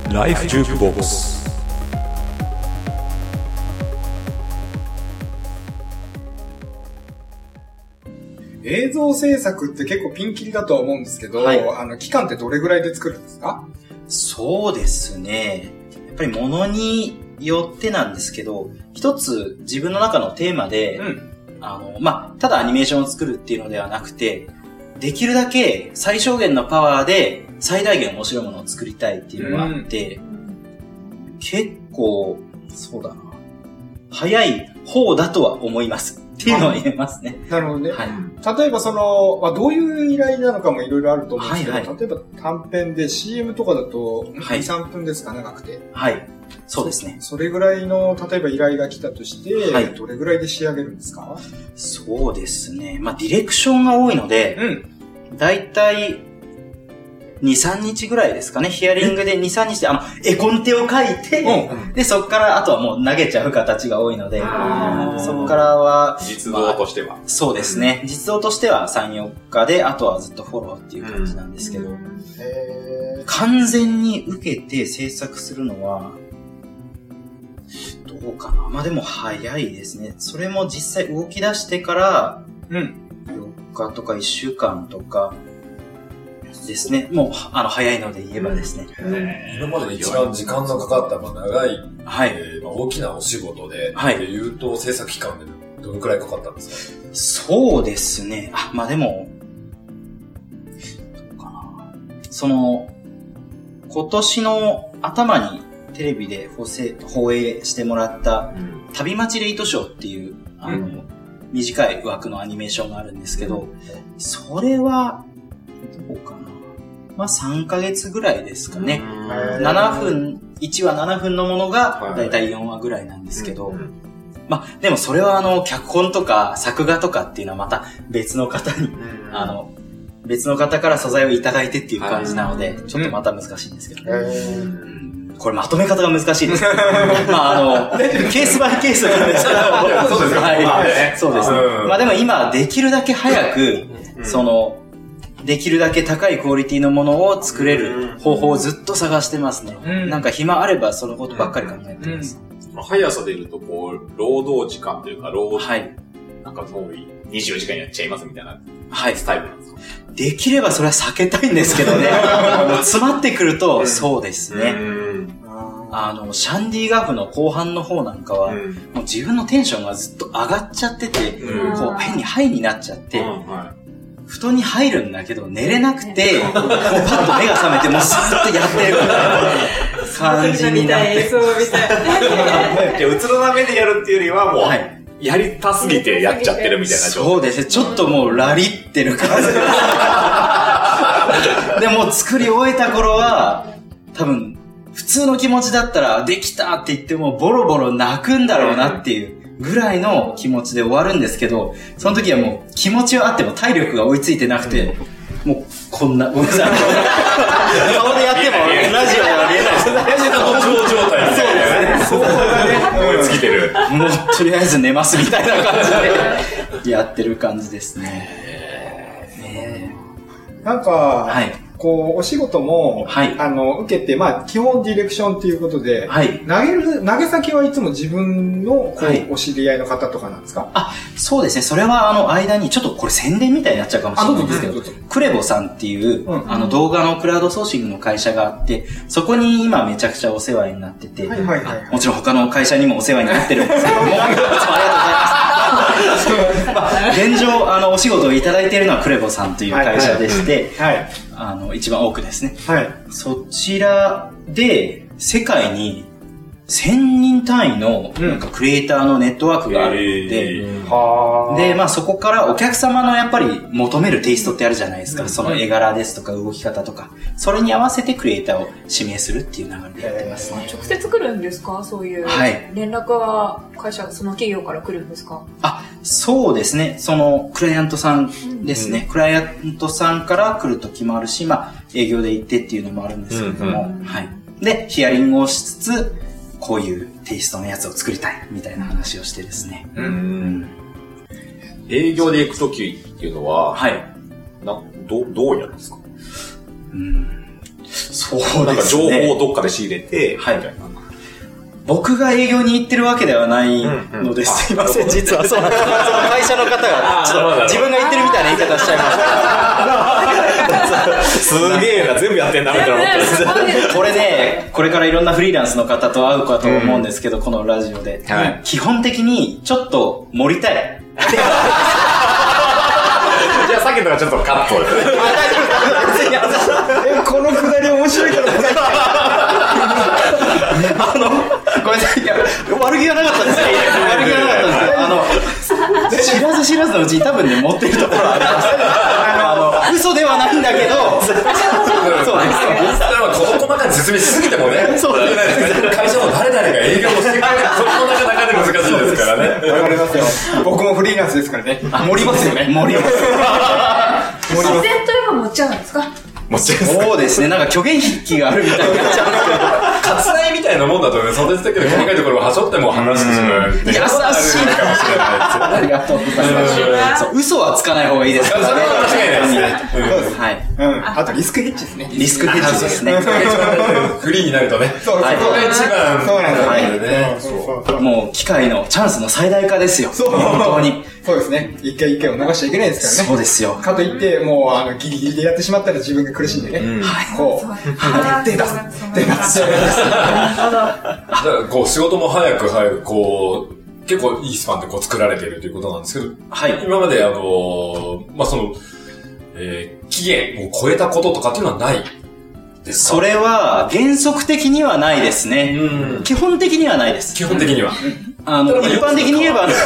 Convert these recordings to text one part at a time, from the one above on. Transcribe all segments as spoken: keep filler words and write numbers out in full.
ライフジュークボックス。 映像制作って結構ピンキリだとは思うんですけど、はい、あの期間ってどれぐらいで作るんですか？ そうですね。やっぱりものによってなんですけど、一つ自分の中のテーマで、うん、あのまあただアニメーションを作るっていうのではなくて、できるだけ最小限のパワーで最大限面白いものを作りたいっていうのがあって、うん、結構そうだな、早い方だとは思います。っていうのは言えますね。 なるほどね。はい、例えばその、まあ、どういう依頼なのかもいろいろあると思うんですけど、はいはい、例えば短編で シーエム とかだとに、さんぷんですか、長くて。 はい。そうですね。 それぐらいの、例えば依頼が来たとして、はい、どれぐらいで仕上げるんですか？ そうですね。まあ、ディレクションが多いので、うん、だいたいに、さんにちぐらいですかね。ヒアリングでに、さんにちで、あの、絵コンテを書いて、うん、で、そっから、あとはもう投げちゃう形が多いので、そっからは、 実動としては、まあ、そうですね。実動としてはさん、よっかで、あとはずっとフォローっていう感じなんですけど、うん、へー、完全に受けて制作するのは、どうかな。まあでも早いですね。それも実際動き出してから、うん、よっかとかいっしゅうかんとか、ですね。もう、あの、早いので言えばですね。 うん、今までで一番時間のかかった、まあ、長い、はい、えーまあ、大きなお仕事で、はい。で言うと、制作期間でどのくらいかかったんですか？ そうですね。あ、まあでも、どうかな。その、今年の頭にテレビで放映、放映してもらった、うん、旅待ちレイトショーっていう、あの、うん、短い枠のアニメーションがあるんですけど、それは、どうかな。まあさんかげつぐらいですかね。ななふん、いちわななふんのものがだいたいよんわぐらいなんですけど、まあでもそれはあの脚本とか作画とかっていうのはまた別の方に、あの、別の方から素材をいただいてっていう感じなので、ちょっとまた難しいんですけど。これまとめ方が難しいです。まああの、ケースバイケースなんですけど、そうですね。はい。そうですね。まあでも今できるだけ早く、その、できるだけ高いクオリティのものを作れる方法をずっと探してますね。うん、なんか暇あればそのことばっかり考えてます。 うん、速さで言うと、こう、労働時間というか、労働、はい、なんかもうにじゅうよじかんやっちゃいますみたいな、はい、スタイルなんですか？ できればそれは避けたいんですけどね。詰まってくると、そうですね。あの、シャンディガフの後半の方なんかは、うん、もう自分のテンションがずっと上がっちゃってて、うん、こう、変にハイになっちゃって、うん、はい、布団に入るんだけど寝れなくて、もうパッと目が覚めてもうスーッとやってるみたいな感じになって。そうみたい。 じゃあ、うつろな目でやるっていうよりはもう、はい、やりたすぎてやっちゃってるみたいな状態。 そうですね。ちょっともうラリってる感じです。でも作り終えた頃は、多分、普通の気持ちだったら、できたって言ってもボロボロ泣くんだろうなっていう。ぐらいの気持ちで終わるんですけど、その時はもう気持ちはあっても体力が追いついてなくて、もうこんな、ごめんなさい。顔でやってもラジオでは見えないです。ラジオの上状態ですね。そうだね。追いつきてる。 もうとりあえず寝ますみたいな感じでやってる感じですね。 ね、なんか、はい、こう、お仕事も、はい、あの、受けて、まあ、基本ディレクションっていうことで、はい、投げる、投げ先はいつも自分の、こう、はい、お知り合いの方とかなんですか？ あ、そうですね。それは、あの、間に、ちょっとこれ宣伝みたいになっちゃうかもしれないんですけど、クレボさんっていう、うん、あの、動画のクラウドソーシングの会社があって、そこに今めちゃくちゃお世話になってて、はいはいはいはい、もちろん他の会社にもお世話になってるんですけども、いつもありがとうございます。まあ、現状、あの、お仕事をいただいているのはクレボさんという会社でして、はいはいはい、あの、一番多くですね。はい。そちらで、世界にせんにん単位の、なんかクリエイターのネットワークがあるので、うん、で、まあそこからお客様のやっぱり求めるテイストってあるじゃないですか。うん、その絵柄ですとか動き方とか、それに合わせてクリエイターを指名するっていう流れでやってますね。 直接来るんですか？そういう。はい。連絡は会社、その企業から来るんですか？ あ、そうですね。そのクライアントさんですね。うん、クライアントさんから来る時もあるし、まあ営業で行ってっていうのもあるんですけれども、うんうん、はい。で、ヒアリングをしつつ、こういうテイストのやつを作りたいみたいな話をしてですね。うん。うん、 営業で行くときっていうのは、はい。な、ど、どうやるんですか？ うん。そそうですね。 なんか情報をどっかで仕入れて、はい。 僕が営業に行ってるわけではないので、すいません、実はそうなんです。その会社の方が、ちょっと自分が言ってるみたいな言い方しちゃいました。 すげえな、全部やってんだみたいな思ってこれね、これからいろんなフリーランスの方と会うかと思うんですけど、このラジオで。基本的に、ちょっと盛りたい。 じゃあさっきのはちょっとカット。 このくだり面白いからあの、ごめんなさい。いや、悪気がなかったですね。悪気がなかったですけど、あの、知らず知らずのうちに多分ね、持ってるところはあります。あの、嘘ではないんだけど、そうです。 事細かに説明しすぎてもね、そうです。会社も誰々が営業もしてくれる、そこもなかなかで難しいですからね。 わかりますよ。僕もフリーランスですからね。盛りますよね。 盛ります。 自然と今持っちゃうんですか？ 持っちゃいます。そうですね。なんか虚言筆記があるみたいになっちゃうんですけど。 割愛みたいなもんだとね、それだけで細かいところをはしょっても話してしまう。優しいかもしれないです。ありがとうございます。そう、嘘はつかない方がいいですからね。 それは間違いないですね。 そうです。はい。うん。あとリスクヘッジですね。 リスクヘッジですね。 フリーになるとね。 そう、そこが一番。 そうなんですね。もう機会のチャンスの最大化ですよ。そう。本当に。 そうですね。一回一回を逃しちゃいけないですからね。 そうですよ。 かといって、もう、あの、ギリギリでやってしまったら自分が苦しんでね。はい。こう、手出す。手出す。 だからこう仕事も早く入る、こう、結構いいスパンでこう作られているということなんですけど、はい。今まであの、まあ、その、えー、期限を超えたこととかっていうのはないですか？ それは原則的にはないですね。うん、基本的にはないです。 基本的には。 あの、一般的に言えば、はい。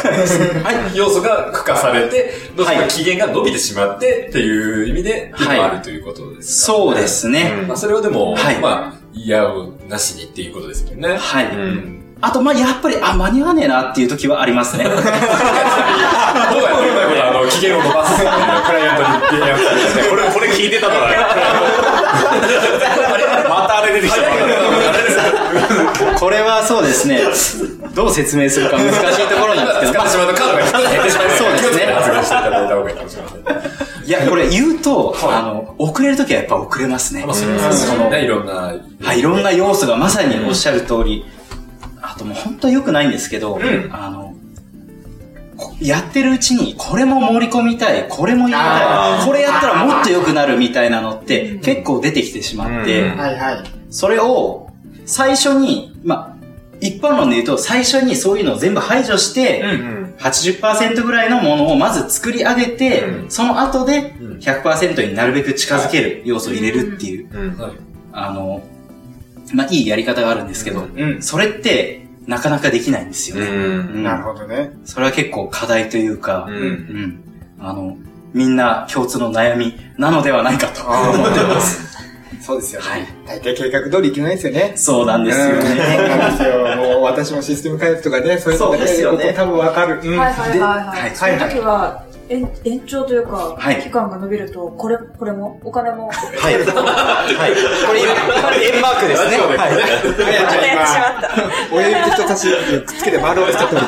要素が付加されて、どうしても期限が伸びてしまってっていう意味で、はい。あるということですか？ そうですね。 うん、まあ、それをでも、はい。まあ、嫌をなしにっていうことですもんね。 はい。うん、あと、まあ、やっぱり、あ、間に合わねえなっていう時はありますね。どうやってうまいこと、あの、期限を伸ばすっていうのをクライアントに言ってやるんですね。 これ、これ聞いてたのは、またあれ出てきた。 これはそうですね。どう説明するか難しいところなんですけど。 使ってしまうとカードが一つ減ってしまいます。 そうですね。 発言していただいた方がいいかもしれません。 いや、これ言うと、あの、遅れるときはやっぱ遅れますね。 そのね、いろんな。 はい、いろんな要素がまさにおっしゃる通り。あともう本当は良くないんですけど、あの、やってるうちに、これも盛り込みたい、これもやりたい、これやったらもっと良くなるみたいなのって結構出てきてしまって、それを最初に、まあ、一般論で言うと最初にそういうのを全部排除して、はちじゅっパーセント ぐらいのものをまず作り上げて、その後で ひゃくパーセント になるべく近づける要素を入れるっていう、あの、まあ、いいやり方があるんですけど、それって、なかなかできないんですよね。うん、 なるほどね。 それは結構課題というか、うんうん、あの、みんな共通の悩みなのではないかと思ってます。 そうですよね。はい。大体計画通りいけないですよね。 そうなんですよね。そうなんですよ。もう私もシステム開発とかね、そういうのですよね。多分わかる。 はいはいはいはい。その時は、延長というか、はい、期間が伸びると、これ、これも、お金も。はい。はい。 これ今、円マークですね。はい。はい。 やってしまった。 親指と人差し指くっつけて丸をしちゃったんです。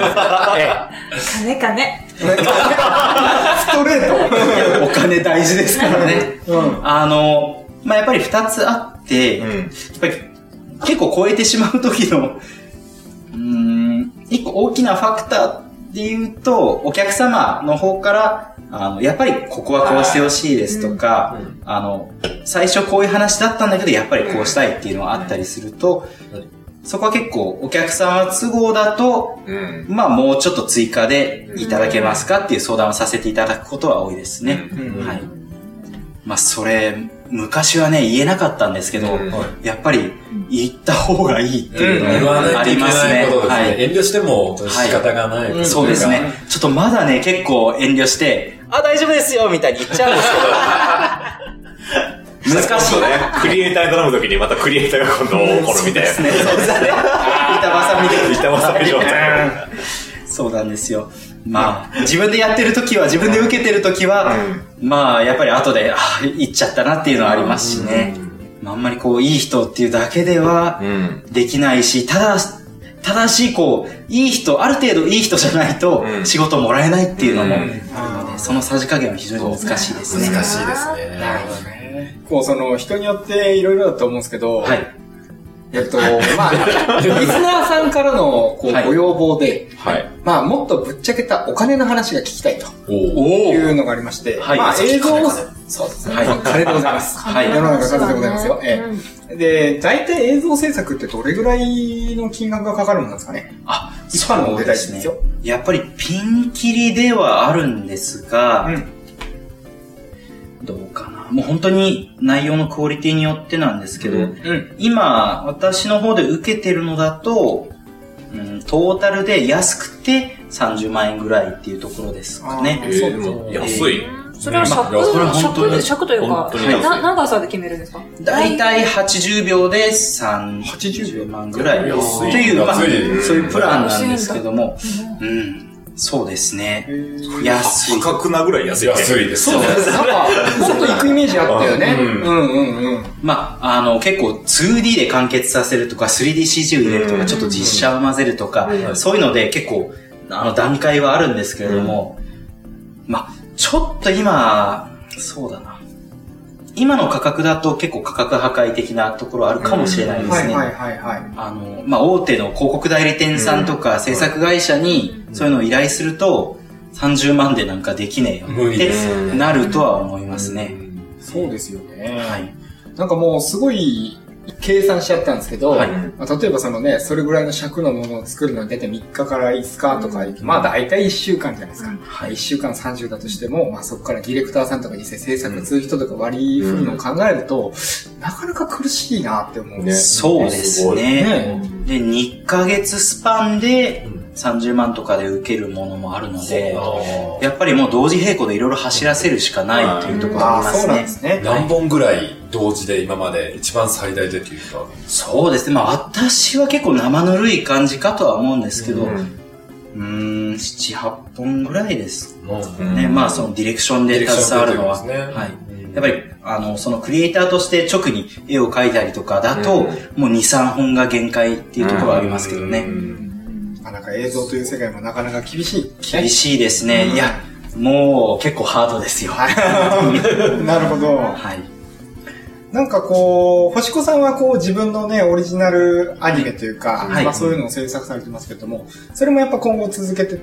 金金。 ストレート。 お金大事ですからね。うん。あの、まあ、やっぱり二つあって、うん、やっぱり結構超えてしまう時の、うーん、一個大きなファクター、で言うと、お客様の方から、あの、やっぱりここはこうしてほしいですとか、うん、あの、最初こういう話だったんだけど、やっぱりこうしたいっていうのがあったりすると、うん、そこは結構お客様都合だと、うん、まあもうちょっと追加でいただけますかっていう相談をさせていただくことは多いですね。うん、はい。まあそれ、昔はね、言えなかったんですけど、うん、やっぱり言った方がいいっていうのがありますね。 うん、はい。遠慮しても仕方がない、はい、 そうですね。ちょっとまだね、結構遠慮して、あ、大丈夫ですよみたいに言っちゃうんですけど。難しいね。 クリエイターに頼むときにまたクリエイターが今度怒るみたいな。そうですね。そうですね。 板挟みで。 板挟み状態。 そうなんですよ。まあ、自分でやってるときは、自分で受けてるときは、うん、まあ、やっぱり後で、ああ、言っちゃったなっていうのはありますしね。うん、あんまりこう、いい人っていうだけでは、できないし、ただ、正しいこう、いい人、ある程度いい人じゃないと、仕事もらえないっていうのもあるので、そのさじ加減は非常に難しいですね。 難しいですね。 なるほどね。 構その人によっていろいろだと思うんですけど、はい。えっと、まあ、リスナーさんからのこう、はい、ご要望で、はい、まあ、もっとぶっちゃけたお金の話が聞きたいというのがありまして、はい、まあ、映像を、そうですね。はい、金でございます。はい。世の中金でございますよ。ええ。で、大体映像制作ってどれぐらいの金額がかかるものなんですかね？ あ、一般の出たいですよ。やっぱりピンキリではあるんですが、うん、どうかな。もう本当に内容のクオリティによってなんですけど、うんうん、今私の方で受けてるのだと、うん、トータルで安くてさんじゅうまんえんぐらいっていうところですかね。 えー、そうですね。安い。 それは尺、尺、尺というか、な長さで決めるんですか？ だいたいはちじゅうびょうでさんじゅうまんぐらいという、まあ、そういうプランなんですけども、うん。そうですね。 安い。破格なぐらい安い。 安いです。 そうです。なんか、ちょっと行くイメージあったよね。うんうんうん。 まあ、あの、結構 ツーディー で完結させるとか、スリーディーシージー を入れるとか、ちょっと実写を混ぜるとか、そういうので結構、あの、段階はあるんですけれども、まあ、ちょっと今、そうだな。今の価格だと結構価格破壊的なところあるかもしれないですね。はいはいはい。あの、まあ、大手の広告代理店さんとか制作会社にそういうのを依頼するとさんじゅうまんでなんかできねえよってなるとは思いますね。 そうですよね。はい。なんかもうすごい計算しちゃったんですけど、はい、まあ、例えばそのね、それぐらいの尺のものを作るのに大体みっかからいつかとか、うん、まあ大体いっしゅうかんじゃないですか。はい、いっしゅうかんさんじゅうだとしても、まあそこからディレクターさんとか実際制作する人とか割り振るのを考えると、うん、なかなか苦しいなって思うね。 そうですね。ねで、にかげつスパンでさんじゅうまんとかで受けるものもあるので、やっぱりもう同時並行でいろいろ走らせるしかないというところがありますね。そうなんですね。 何本ぐらい同時で今まで一番最大でっていうか。 そうですね。まあ私は結構生ぬるい感じかとは思うんですけど、うん、うーん、なな、はっぽんぐらいですね。まあそのディレクションで携わるのは。ね、はい。やっぱり、あの、そのクリエイターとして直に絵を描いたりとかだと、うん、もうに、さんほんが限界っていうところはありますけどね。うん、 なんか映像という世界もなかなか厳しい。 厳しいですね。うん、いや、もう結構ハードですよ。 なるほど。はい。なんかこう、星子さんはこう自分のね、オリジナルアニメというか、はい、まあそういうのを制作されてますけども、それもやっぱ今後続けてって、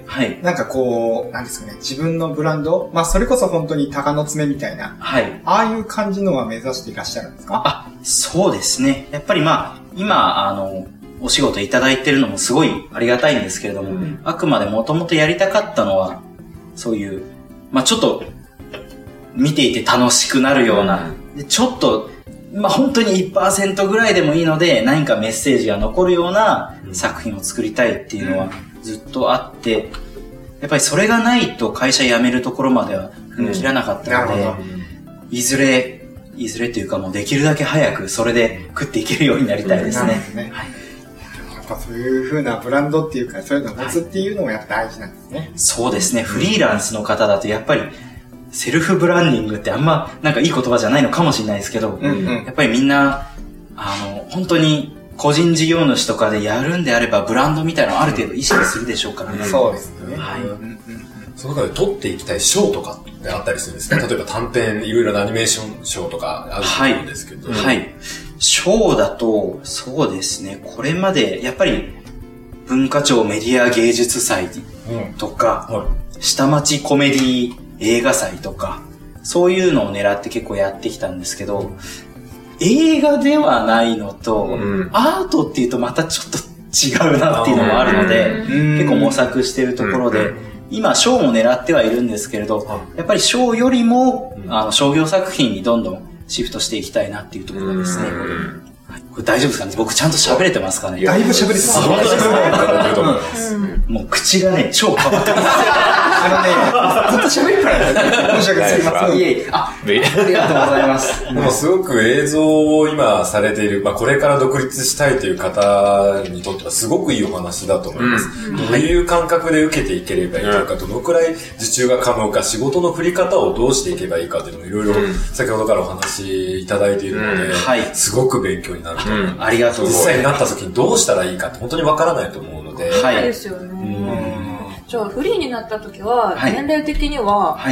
はい、なんかこう、なんですかね、自分のブランド、まあそれこそ本当に鷹の爪みたいな、はい、ああいう感じのは目指していらっしゃるんですか？ あ、そうですね。やっぱりまあ、今、あの、お仕事いただいてるのもすごいありがたいんですけれども、うん、あくまでもともとやりたかったのは、そういう、まあちょっと、見ていて楽しくなるような、うん、ちょっと、まあ本当に いちパーセント ぐらいでもいいので、何かメッセージが残るような作品を作りたいっていうのはずっとあって、やっぱりそれがないと会社辞めるところまでは踏み切らなかったので、うん、いずれ、いずれというかもうできるだけ早くそれで食っていけるようになりたいですね。うん、ね、はい、 やっぱそういう風なブランドっていうか、そういうのを持つっていうのもやっぱ大事なんですね。はい、 そうですね。フリーランスの方だとやっぱり、セルフブランディングってあんまなんかいい言葉じゃないのかもしれないですけど、うんうん、やっぱりみんな、あの、本当に個人事業主とかでやるんであればブランドみたいなのをある程度意識するでしょうからね。 うん、そうですね。 はい。 うんうん、 その中で撮っていきたい賞とかってあったりするんですか？例えば短編、いろいろなアニメーション賞とかあると思うんですけど。 はい。はい、賞だと、そうですね。これまで、やっぱり文化庁メディア芸術祭とか、うん、はい、下町コメディ映画祭とか、そういうのを狙って結構やってきたんですけど、映画ではないのと、うん、アートっていうとまたちょっと違うなっていうのもあるので、結構模索してるところで、今賞も狙ってはいるんですけれど、やっぱり賞よりも、あの商業作品にどんどんシフトしていきたいなっていうところですね。これ大丈夫ですかね？僕ちゃんと喋れてますかね？ だいぶ喋れてます。本当ですね。もう口がね、超変わってます。 あのね、ずっと喋るからね。申し訳ないです。いえいえ。あ、ありがとうございます。 でもすごく映像を今されている、まあこれから独立したいという方にとってはすごくいいお話だと思います。うん、どういう感覚で受けていければいいのか、どのくらい受注が可能か、仕事の振り方をどうしていけばいいかっていうのもいろいろ先ほどからお話いただいているので、うん、はい、すごく勉強になると思います。うん、 ありがとうございます。 実際になった時にどうしたらいいかって本当にわからないと思うので。 はい。ですよね。じゃあフリーになった時は、年齢的には、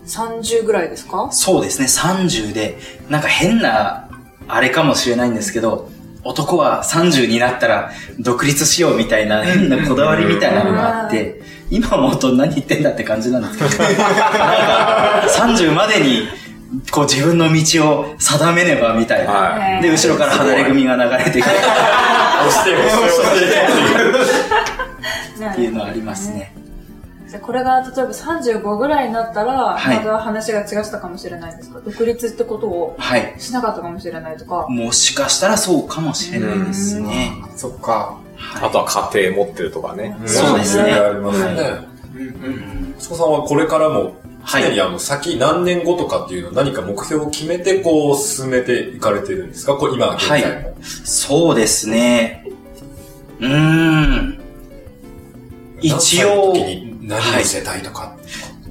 さんじゅうぐらいですか？ そうですね、さんじゅうで、なんか変な、あれかもしれないんですけど、男はさんじゅうになったら独立しようみたいな変なこだわりみたいなのがあって、今思うと何言ってんだって感じなんですけど、なんかさんじゅうまでにこう自分の道を定めねばみたいな。はい、で、後ろから離れ組が流れてきて、押して押して押してっていうのはありますね。 これが例えばさんじゅうごぐらいになったら、はい、また話が違ったかもしれないですか？独立ってことをしなかったかもしれないとか。はい、もしかしたらそうかもしれないですね。 そっか、 はい。あとは家庭持ってるとかね。 そうですね。 ありますね。息子さんはこれからも、常にあの先何年後とかっていうの何か目標を決めてこう進めていかれてるんですか？これ今現在も、はい。 そうですね。うーん。一応。 何をせたいとか、はい、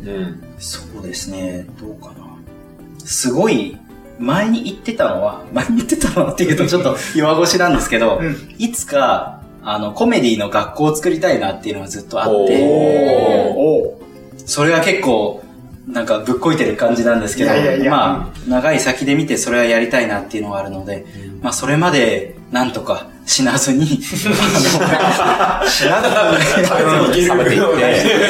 うん、そうですね、どうかな。すごい、前に言ってたのは、前に言ってたのはっていうとちょっと弱腰なんですけど、うん、いつか、あの、コメディの学校を作りたいなっていうのがずっとあって、おそれは結構、なんかぶっこいてる感じなんですけど、いやいやいや、まあ、長い先で見てそれはやりたいなっていうのがあるので、うん、まあ、それまで、なんとか死なずに、死なずに食べていって、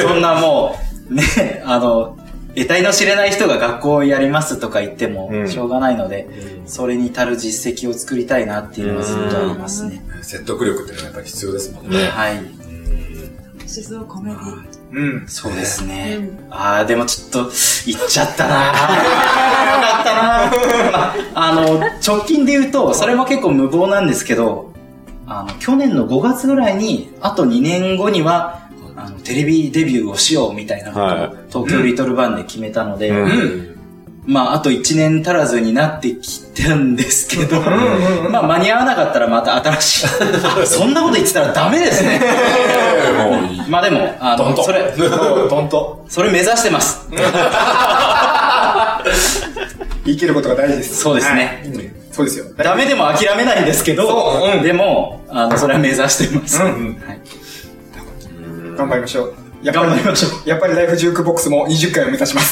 そんなもう、ね、あの、得体の知れない人が学校をやりますとか言ってもしょうがないので、うん、それに足る実績を作りたいなっていうのがずっとありますね。 説得力っていうのはやっぱり必要ですもんね。 はい。 静岡コメディ。 うん、そうですね。うん、ああ、でもちょっと、言っちゃったなぁ。ったなぁ。あの、直近で言うと、それも結構無謀なんですけど、あの、去年のごがつぐらいに、あとにねんごには、あの、テレビデビューをしようみたいなことを、はい、東京リトルバンで決めたので、うん、まあ、あといちねん足らずになってきたんですけど、まあ、間に合わなかったらまた新しい。そんなこと言ってたらダメですね。まあでも、あの、それ、 どんと。 それ目指してます。 生きることが大事です。 そうですね。 はい、そうですよ。 ダメでも諦めないんですけど、うん、でも、あの、それは目指してます。うんうんはい、 頑張りましょう。 やっぱり、頑張りましょう。やっぱりライフジュークボックスもにじゅっかいを目指します。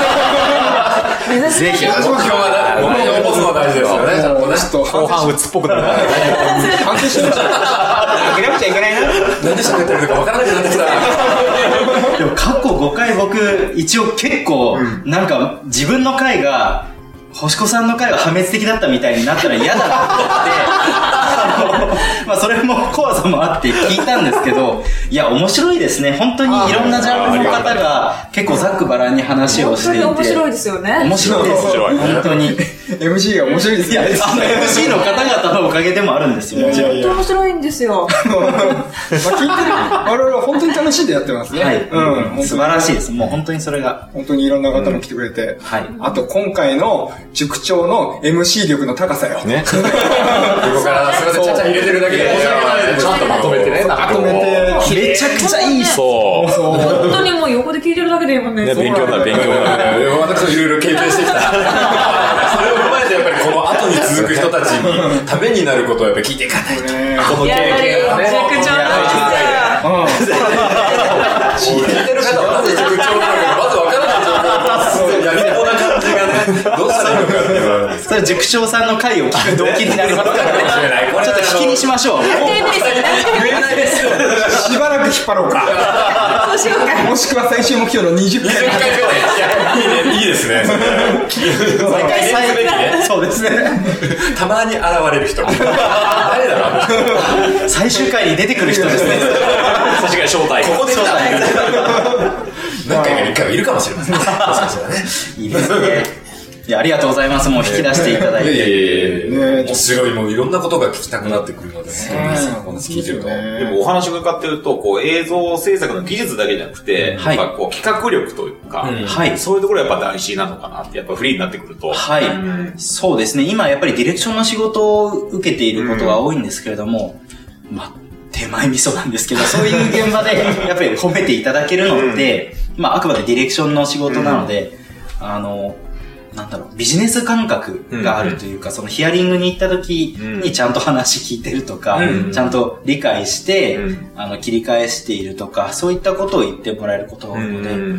ぜひ。 目標は、目標を持つのは大事ですよね。ちゃんとね。 ちょっと後半鬱っぽくなる。反省してました。諦めちゃいけないな。 何で喋ってるのか分からなくなってきた。 でも過去ごかい僕、一応結構、なんか自分の回が、星子さんの回は破滅的だったみたいになったら嫌だなって思って、まあそれも怖さもあって聞いたんですけど、いや面白いですね。本当にいろんなジャンルの方が結構ざっくばらんに話をしていて。 本当に面白いですよね。 面白いです。本当に。 エムシー が面白いですね。いや、 あの エムシー の方々のおかげでもあるんですよ。 本当に面白いんですよ。 まあ聞いてる。我々は本当に楽しんでやってますね。 はい。うん。素晴らしいです。もう本当にそれが。 本当にいろんな方も来てくれて。はい。あと今回の塾長の エムシー 力の高さよ。ね。 ここからすみません、ちゃちゃ入れてるだけで申し訳ないです。ちゃんとまとめてね。 まとめて。 めちゃくちゃいい。 そう。 本当にもう横で聞いてるだけでいいもんね。 勉強だ、勉強だ。 私もいろいろ経験してきた。それを踏まえてやっぱりこの後に続く人たちにためになることをやっぱり聞いていかないと。この経験がね。 塾長なんですよ。 聞いてる方はなぜ塾長なのかまずわからない状況で、やりそうな感じがね、どうしたらいいのかっていうのは。 それ塾長さんの回を聞く動機になりますからね。ちょっと引きにしましょう。 言えないですよ。 しばらく引っ張ろうか。 そうしようか。 もしくは最終目標のにじゅっかい。 にじゅっかいぐらい。いいね、いいですね。 毎回最後にね。そうですね。 たまに現れる人。誰だろう。 最終回に出てくる人ですね。 確かに正体。 ここで来た。何回かにいっかいはいるかもしれませんね。 いいですね。いや、ありがとうございます。もう引き出していただいて。 いやいやいやいや、面白い、もういろんなことが聞きたくなってくるので、お話聞いてると。 でもお話伺ってると、こう映像制作の技術だけじゃなくて、はい、やっぱこう企画力というか、はい、そういうところやっぱ大事なのかなって、やっぱフリーになってくると。 はい。そうですね。今やっぱりディレクションの仕事を受けていることが多いんですけれども、まあ、手前味噌なんですけど、そういう現場でやっぱり褒めていただけるのって、まああくまでディレクションの仕事なので、あの、なんだろう、ビジネス感覚があるというか、うん、そのヒアリングに行った時にちゃんと話聞いてるとか、うん、ちゃんと理解して、うん、あの、切り返しているとか、そういったことを言ってもらえることが多いので、うん、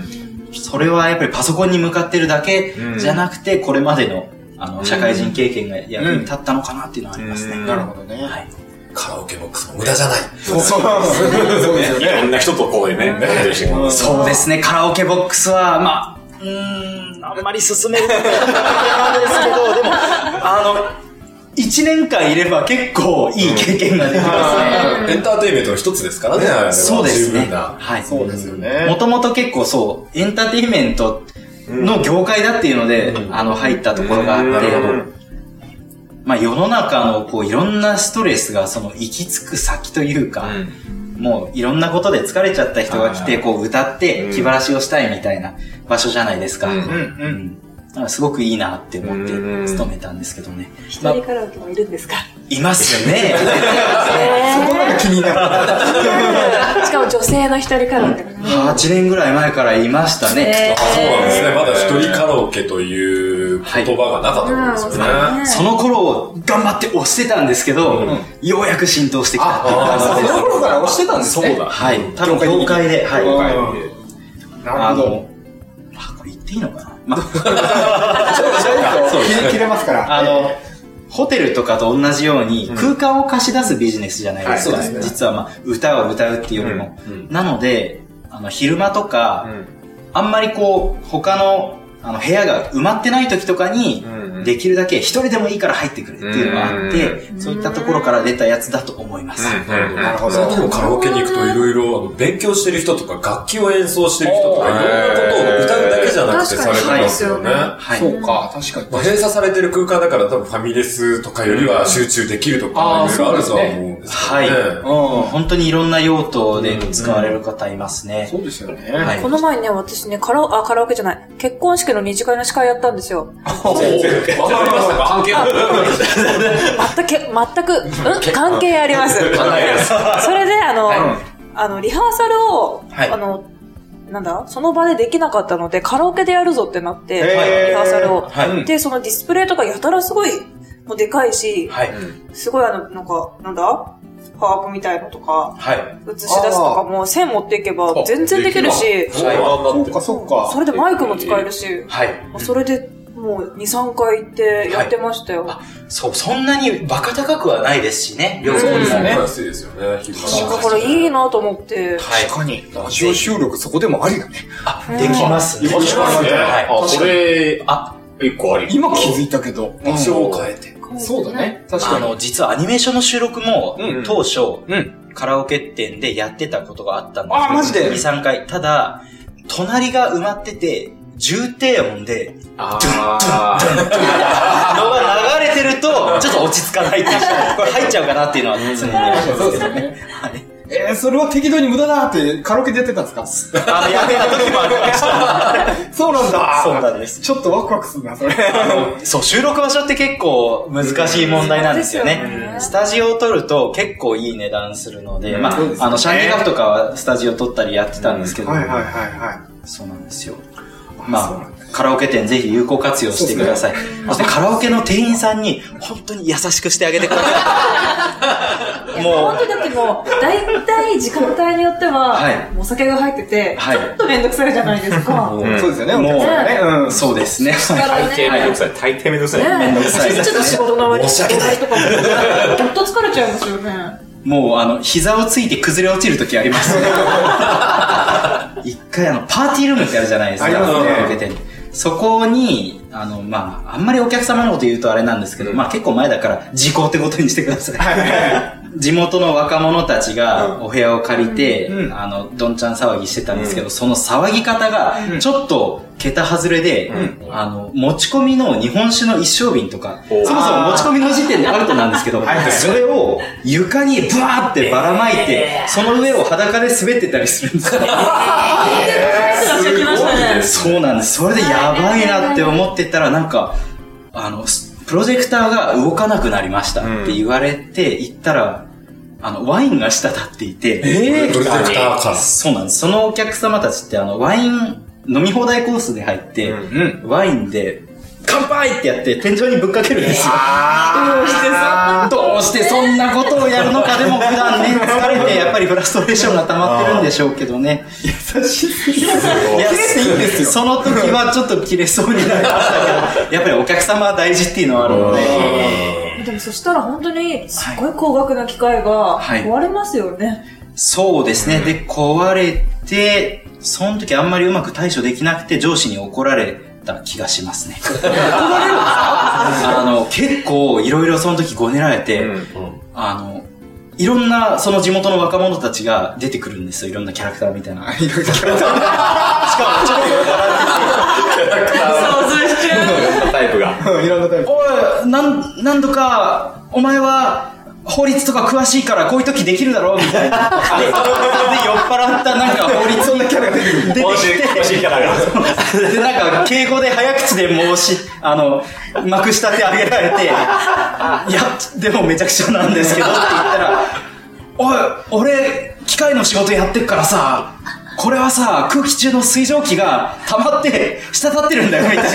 それはやっぱりパソコンに向かってるだけじゃなくて、これまでの、あの、社会人経験が役に立ったのかなっていうのはありますね。 なるほどね。はい。 カラオケボックスも無駄じゃない。 そうそうですよね。 いろんな人とこうでね、 そうですね、カラオケボックスは、まあ、うーん、あんまり進めるなんですけど、でも、あの、一年間いれば結構いい経験ができますね。エンターテインメントの一つですからね。 そうですね。 はい。そうですよね。 もともと結構そう、エンターテインメントの業界だっていうので、あの、入ったところがあって、まあ世の中のこういろんなストレスがその行き着く先というか、もういろんなことで疲れちゃった人が来て、こう歌って気晴らしをしたいみたいな場所じゃないですか。すごくいいなって思って勤めたんですけどね。 一人カラオケもいるんですか？ いますよね。 そこまで気になる。しかも女性の一人カラオケ。 はちねんぐらい前からいましたね。 あ、そうなんですね。まだ一人カラオケという言葉がなかったんですよね。 その頃頑張って押してたんですけど、ようやく浸透してきた。 その頃から押してたんですね。 そうだ。はい。多分業界で。はい。 なるほど。 あ、これ言っていいのかな？まあ、 そう、切れますから。 あの、ホテルとかと同じように空間を貸し出すビジネスじゃないですか。実はまあ、歌を歌うっていうよりも。なので、あの、昼間とか、あんまりこう、他の、あの、部屋が埋まってない時とかに、できるだけ一人でもいいから入ってくるっていうのがあって、そういったところから出たやつだと思います。 なるほど。それでもカラオケに行くといろいろ勉強してる人とか楽器を演奏してる人とかいろんなことを歌うだけじゃなくてされてますよね。 そうか、確かに。 閉鎖されてる空間だから多分ファミレスとかよりは集中できるとかいろいろあるとは思うんですけどね。 はい。本当にいろんな用途で使われる方いますね。 そうですよね。 この前ね、私ね、カラオ、あ、カラオケじゃない。結婚式の二次会の司会やったんですよ。 わかりましたか？関係ある？ 全く、全く、うん関係あります。それで、あの、あの、リハーサルを、あの、なんだその場でできなかったので、カラオケでやるぞってなって、リハーサルを。で、そのディスプレイとかやたらすごい、もうでかいし、すごいあの、なんか、なんだパワーアップみたいのとか、映し出すとかも線持っていけば全然できるし、 そうかそうか。 それでマイクも使えるし、それでもうに、さんかい行ってやってましたよ。 そう、そんなにバカ高くはないですしね。 そうですね。安いですよね。 だからいいなと思って。 確かに。ラジオ収録そこでもありだね。 あ、できますね。 できますね。あ、それ、あ、一個あり。 今気づいたけど、 場所を変えて。 そうだね。確かに。 あの、実はアニメーションの収録も、当初、カラオケ店でやってたことがあったんですあ、マジでに、さんかい。ただ、隣が埋まってて、重低音で、 ああのが流れてると、ちょっと落ち着かないっていうこれ入っちゃうかなっていうのは常にそうですよね。えー、それは適度に無駄だってカラオケでやってたんですか？ あの、やってた時もありました。 そうなんだ。 そうなんです。 ちょっとワクワクするな、それ。 そう、収録場所って結構難しい問題なんですよね。スタジオを撮ると結構いい値段するので、まあ、あの、シャンティカフとかはスタジオ撮ったりやってたんですけど、 はいはいはいはい。 そうなんですよ。まあ、カラオケ店ぜひ有効活用してください。そしてカラオケの店員さんに本当に優しくしてあげてください。もう本当にだってもう、だいたい時間帯によっては、はい、お酒が入ってて、はい、ちょっとめんどくさいじゃないですか。 うん、そうですよね、もう、ねうん、そうですね。 大抵めんどくさい。大抵めんどくさい。 めんどくさい。 ちょっと仕事の割に、仕事とかも、ぎょっと疲れちゃいますよね。 もう、あの、膝をついて崩れ落ちるときありますね。一回、あの、パーティールームってあるじゃないですか。ありますね。そこに、あの、まあ、あんまりお客様のこと言うとあれなんですけど、うん、まあ結構前だから時効ってことにしてください。地元の若者たちがお部屋を借りて、うん、あの、どんちゃん騒ぎしてたんですけど、うん、その騒ぎ方がちょっと桁外れで、うん、あの、持ち込みの日本酒の一升瓶とか、そもそも持ち込みの時点でアウトなんですけど、それを床にブワーってばらまいて、その上を裸で滑ってたりするんですよ。そうなんです。それでやばいなって思ってたら、なんか、あの、プロジェクターが動かなくなりましたって言われて、行ったら、あの、ワインが滴っていて、 えー、プロジェクターか。 そうなんです。そのお客様たちって、あの、ワイン、飲み放題コースで入って、うん、ワインで、 乾杯ってやって天井にぶっかけるんですよ。 どうしてさ、 どうしてそんなことをやるのか。でも普段ね、疲れてやっぱりフラストレーションが溜まってるんでしょうけどね。 優しすぎる。いや、切れていいんですよ。 その時はちょっと切れそうになりましたけど、やっぱりお客様は大事っていうのはあるので。 でもそしたら本当にすごい高額な機械が壊れますよね。はいはい、 そうですね。で、壊れて、その時あんまりうまく対処できなくて上司に怒られた気がしますね。怒られるんですか？あの、結構いろいろその時ごねられて、うんうん、あの、いろんなその地元の若者たちが出てくるんですよ。いろんなキャラクターみたいな。いろんなキャラクター。しかもちょっとキャラクター想像しちゃう。いろんなタイプが。 いろんなタイプ。 おい、なん、何度か、お前は、法律とか詳しいからこういう時できるだろうみたいな。で、酔っ払ったなんか法律のキャラが出てきて。 詳しいキャラが。 で、なんか敬語で早口で申し、あの、まくしたてあげられて、いや、でもめちゃくちゃなんですけどって言ったら、おい、俺、機械の仕事やってるからさ、これはさ、空気中の水蒸気が溜まって滴ってるんだよみたいな。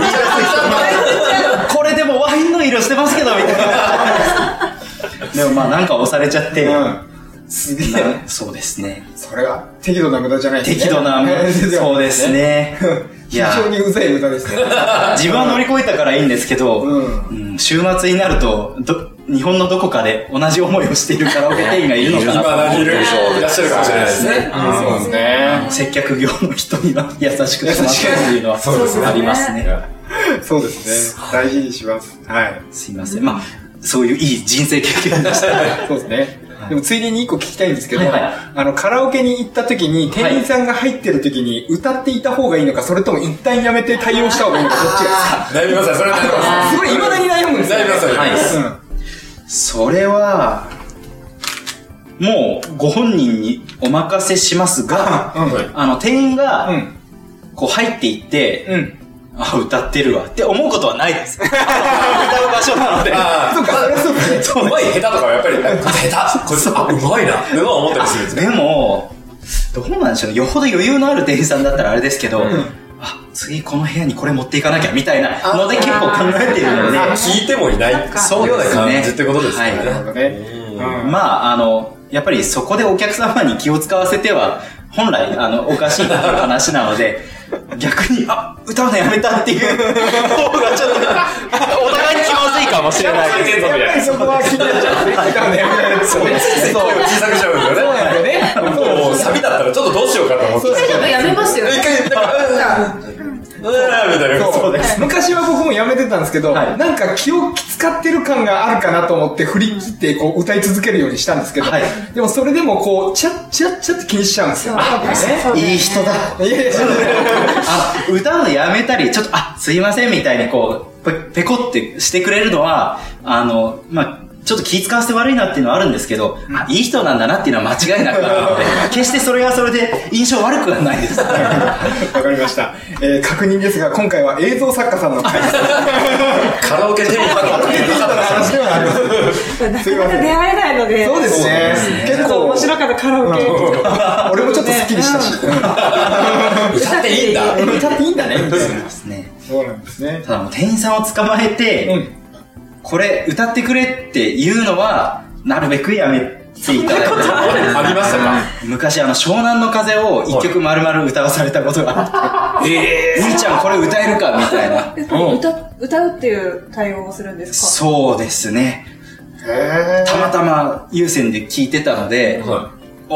これでもワインの色してますけどみたいな。でもまあなんか押されちゃって、うん、 すげえ。 そうですね。 それは適度な無駄じゃないですね。 適度な無駄。そうですね。 非常にうざい無駄ですね。 自分は乗り越えたからいいんですけど、うんうん、週末になるとど、日本のどこかで同じ思いをしているカラオケ店員がいるのかなと。 今何いるいらっしゃるかもしれないですね。 そうですね。 接客業の人には優しくしますっていうのはありますね。 そうですね。大事にします。はい。 すいません。まあそういういい人生経験でした。 そうですね。でもついでに一個聞きたいんですけど、はいはい、あのカラオケに行った時に店員さんが入ってる時に歌っていた方がいいのか、それとも一旦やめて対応した方がいいのか、どっちが悩みますよ。それは悩みます。 すごい未だに悩むんですよ、ね。 悩みますよ。はい。 うん、それはもうご本人にお任せしますが、うん、あの店員がこう入っていって。うん、あ、歌ってるわって思うことはないです。歌う場所なので。 ああ、そうか、そうですね。うまい下手とかはやっぱり、下手こいつ、あ、うまいなってのは思ったりするんですね。 でも、どうなんでしょうね。よほど余裕のある店員さんだったらあれですけど、うん、あ、次この部屋にこれ持っていかなきゃみたいなので結構考えているので。 聞いてもいない。そういうような感じってことですね。 はい。まあ、あの、やっぱりそこでお客様に気を使わせては、本来、あの、おかしいなという話なので、逆に、あ、歌うのやめたっていう方がちょっと、お互いに気まずいかもしれないですけど。 やっぱりそこは気になっちゃうね。歌うのやめたって。そう。 声を小さくしちゃうんですよね。そうなんですよね。もう、サビだったらちょっとどうしようかと思って。 一回でもやめますよね。一回、なんか、 みたいな。 そうです。昔は僕もやめてたんですけど、はい、なんか気を使ってる感があるかなと思って振り切ってこう歌い続けるようにしたんですけど、はい、でもそれでもこう、チャッチャッチャって気にしちゃうんですよ。 ね、いい人だ。いやいやあ、歌うのやめたり、ちょっと、あ、すいませんみたいにこう、ペ, ペコってしてくれるのは、あの、まあ、ちょっと気使わせて悪いなっていうのはあるんですけど、うん、あ、いい人なんだなっていうのは間違いなくあるので、決してそれはそれで印象悪くはないです。 わかりました。えー、確認ですが、今回は映像作家さんの回です。 カラオケ店員カラオケ店員の話ではあります。なかなか出会えないので。 そうですね。 結構面白かったカラオケ。 俺もちょっと好きでしたし。 歌っていいんだ。 歌っていいんだね。 そうですね。 そうなんですね。 ただもう店員さんを捕まえて、うん、これ歌ってくれって言うのはなるべくやめていただいて。 ありましたか？ 昔あの湘南の風を一曲丸々歌わされたことがあって、えー、兄ちゃんこれ歌えるかみたいな。 歌、歌うっていう対応をするんですか？ そうですね。へー、たまたま有線で聞いてたので、はい、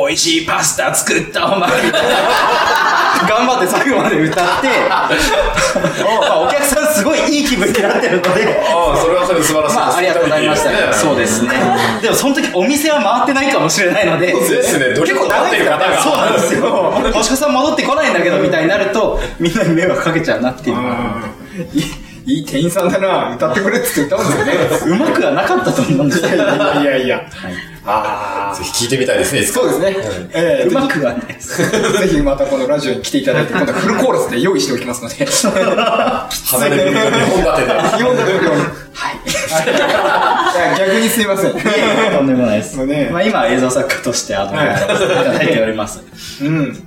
美味しいパスタ作ったお前みたいな頑張って最後まで歌ってお客さんすごいいい気分になってるのでああ、それはそれで素晴らしいです。 まあ、ありがとうございました、ね、そうですね。でもその時お店は回ってないかもしれないので、 そうですね、結構長い方がそうなんですよ。星子さん戻ってこないんだけどみたいになるとみんなに迷惑かけちゃうなっていうのがいい店員さんだな、歌ってくれって言ったんですよね。 うまくはなかったと思うんですけど。 いやいやいや。はい、 ああ、ぜひ聞いてみたいですね。 そうですね。 うん、えー、うまくはないです。 ぜひまたこのラジオに来ていただいて、今度フルコーラスで用意しておきますので。 離れ組とにほん立てで。 にほん立てで。はい。逆にすいません。 とんでもないです。ね、まあ今は映像作家としてあの、はい、いただいております。 うん。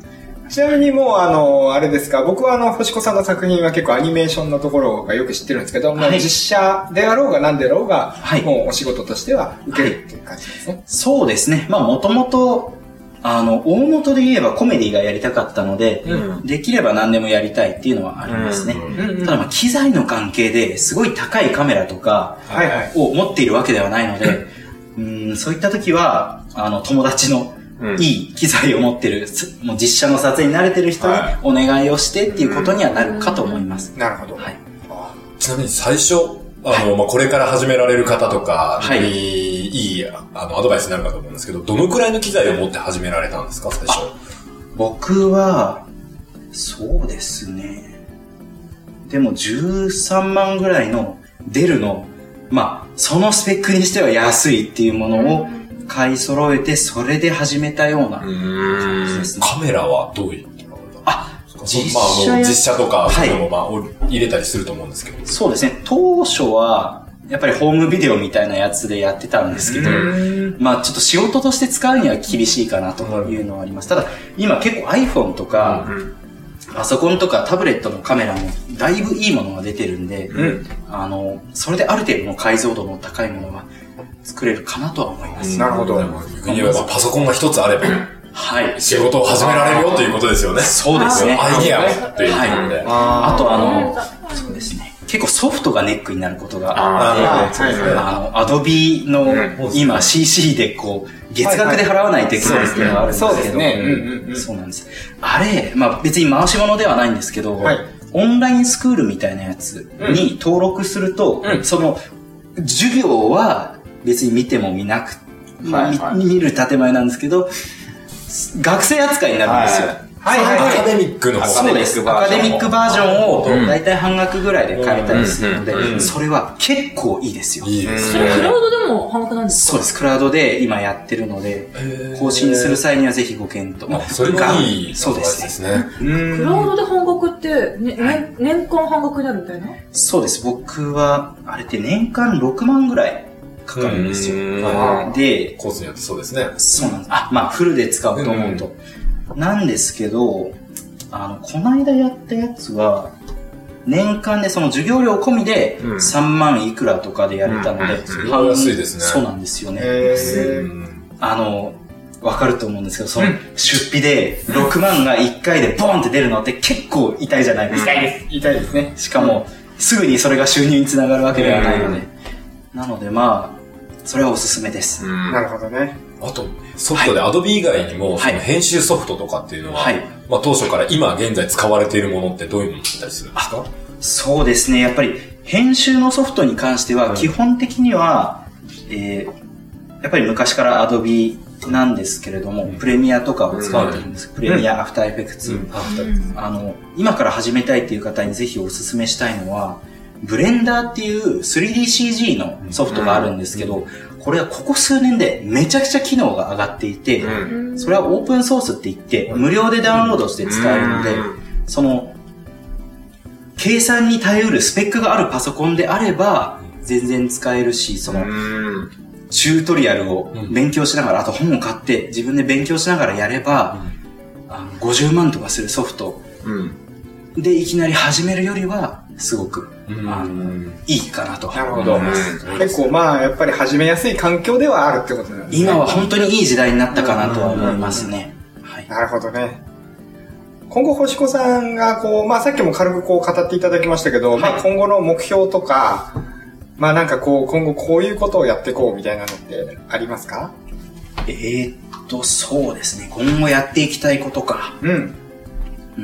ちなみにもうあの、あれですか、僕はあの、星子さんの作品は結構アニメーションのところがよく知ってるんですけど、はい、もう実写であろうが何であろうが、はい、もうお仕事としては受けるっていう感じですね。はい、 そうですね。まあもともと、あの、大元で言えばコメディがやりたかったので、うん、できれば何でもやりたいっていうのはありますね。うん、ただまあ機材の関係ですごい高いカメラとかを持っているわけではないので、うん、そういった時は、あの、友達のいい機材を持ってる、うん、もう実写の撮影に慣れてる人にお願いをしてっていうことにはなるかと思います。 なるほど。はい。 ちなみに最初、あの、まあ、これから始められる方とかに、はい、いい、あの、アドバイスになるかと思うんですけど、どのくらいの機材を持って始められたんですか、最初。 僕は、そうですね。でもじゅうさんまんぐらいのデルの、まあ、そのスペックにしては安いっていうものを買い揃えて、それで始めたような感じですね。 カメラはどういうあ、 実写、まあ、あの実写とか、そういうのも、まあ、入れたりすると思うんですけど。 そうですね。当初は、やっぱりホームビデオみたいなやつでやってたんですけど、まあちょっと仕事として使うには厳しいかなというのはあります。ただ、今結構 iPhone とか、パソコンとかタブレットのカメラもだいぶいいものが出てるんで、うん、あの、それである程度の解像度の高いものが作れるかなとは思います。 なるほど。 逆に言えばパソコンが一つあれば、 はい。 仕事を始められるよということですよね。 そうですね。 アイディアをっていうことで。 あとあの、そうですね。結構ソフトがネックになることがあって、あの、アドビの今 シーシー でこう、月額で払わないといけないっていうのがあるんですけど、そうですね。そうなんです。あれ、まあ別に回し物ではないんですけど、オンラインスクールみたいなやつに登録すると、その、授業は別に見ても見なく、まあ見る建前なんですけど、学生扱いになるんですよ。 はいはいはい。 アカデミックの方そうです。アカデミックバージョンをだいたい半額ぐらいで買えたりするので、それは結構いいですよ。 いいですね。それクラウドでも半額なんですか？ そうです。クラウドで今やってるので、更新する際にはぜひご検討。 それがいいそうですね。 クラウドで半額って、ね、年間半額になるみたいな？ そうです。僕は、あれって年間ろくまんぐらいかかるんですよ。で、 コースによってそうですね。 そうなんです。あ、まあフルで使うと思うと。なんですけど、あの、この間やったやつは、年間でその授業料込みでさんまんいくらとかでやれたので、 半安いですね。 そうなんですよね。あの、わかると思うんですけど、その出費でろくまんがいっかいでボンって出るのって結構痛いじゃないですか。 痛いです。痛いですね。 しかも、すぐにそれが収入につながるわけではないので。なのでまあ、それはおすすめです。 なるほどね。 あと、ソフトで Adobe 以外にも、その編集ソフトとかっていうのは、はい、まあ当初から今現在使われているものってどういうものだったりするんですか？ そうですね。やっぱり編集のソフトに関しては、基本的には、うん、えー、やっぱり昔から Adobe なんですけれども、うん、プレミアとかを使われてるんです。うん、プレミア、アフターエフェクツ。あの、今から始めたいっていう方にぜひお勧めしたいのは、ブレンダーっていう スリーディーシージー のソフトがあるんですけど、これはここ数年でめちゃくちゃ機能が上がっていて、それはオープンソースって言って無料でダウンロードして使えるので、その、計算に耐えうるスペックがあるパソコンであれば全然使えるし、その、チュートリアルを勉強しながら、あと本を買って自分で勉強しながらやれば、あのごじゅうまんとかするソフトでいきなり始めるよりは、すごく、あの、いいかなと。 なるほど。結構まあ、やっぱり始めやすい環境ではあるってことなんですね。 今は本当にいい時代になったかなとは思いますね。 はい。なるほどね。今後、星子さんが、こう、まあさっきも軽くこう語っていただきましたけど、はい、まあ今後の目標とか、まあなんかこう、今後こういうことをやっていこうみたいなのってありますか？ えーっと、そうですね。今後やっていきたいことか。うん。うん。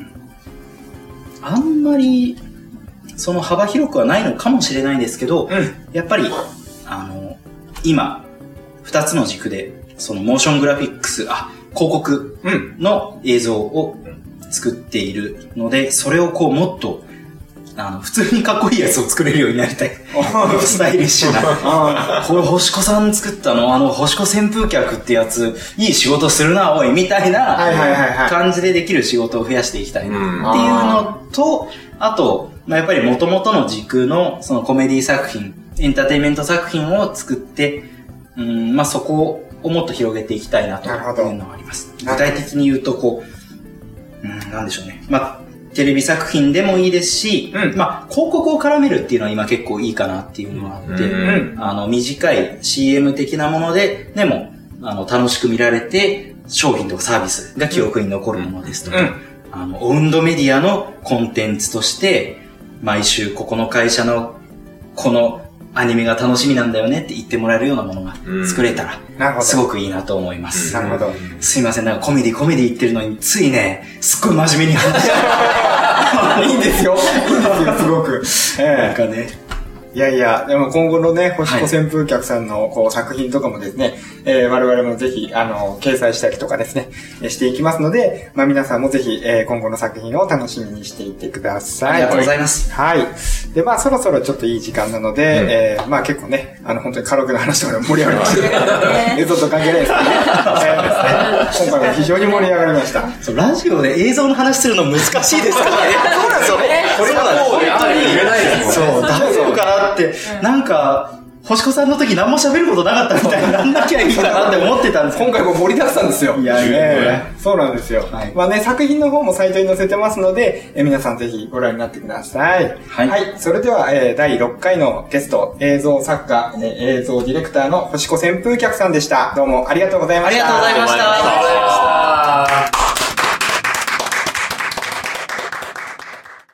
あんまり、その幅広くはないのかもしれないんですけど、うん、やっぱり、あの、今、二つの軸で、そのモーショングラフィックス、あ、広告の映像を作っているので、それをこうもっと、あの、普通にかっこいいやつを作れるようになりたい。スタイリッシュな。これ星子さん作ったの、あの、星子扇風客ってやつ、いい仕事するな、おい、みたいな感じでできる仕事を増やしていきたいなっていうのと、あと、まあ、やっぱり元々の軸のそのコメディ作品、エンターテインメント作品を作って、うん、まあ、そこをもっと広げていきたいなというのはあります。具体的に言うと、こう、 うん、なんでしょうね。まあ、テレビ作品でもいいですし、うん、まあ、広告を絡めるっていうのは今結構いいかなっていうのがあって、うん、あの、短い シーエム 的なもので、でも、あの、楽しく見られて、商品とかサービスが記憶に残るものですとか、うん、あの、オウンドメディアのコンテンツとして、毎週ここの会社の、このアニメが楽しみなんだよねって言ってもらえるようなものが作れたら、すごくいいなと思います。 なるほど。 すいません、なんかコメディコメディ言ってるのに、ついね、すっごい真面目に話しいいんですよ。いいんですよ、すごく。 えー、なんかね。 いやいや、でも今後のね、星子旋風客さんのこう作品とかもですね、えー、我々もぜひ、あの、掲載したりとかですね、していきますので、まあ皆さんもぜひ、えー、今後の作品を楽しみにしていってください。 ありがとうございます。 はい。で、まあそろそろちょっといい時間なので、うん、えー、まあ結構ね、あの、本当にカラオケの話とかで盛り上がりました。映像と関係ないですけどね。今回も非常に盛り上がりました。 そう、ラジオで映像の話するの難しいですからね。 そうなんですよね。 これはもう、本当に言えないです。そう、大丈夫かなって、なんか、星子さんの時何も喋ることなかったみたいになんなきゃいいかなって思ってたんです今回も盛りだくさんですよ。 いやね、 そうなんですよ。はい、まあね、作品の方もサイトに載せてますので、え皆さんぜひご覧になってください。はい。はい。それでは、えー、だいろっかいのゲスト、映像作家、えー、映像ディレクターの星子旋風客さんでした。どうもありがとうございました。 ありがとうございました。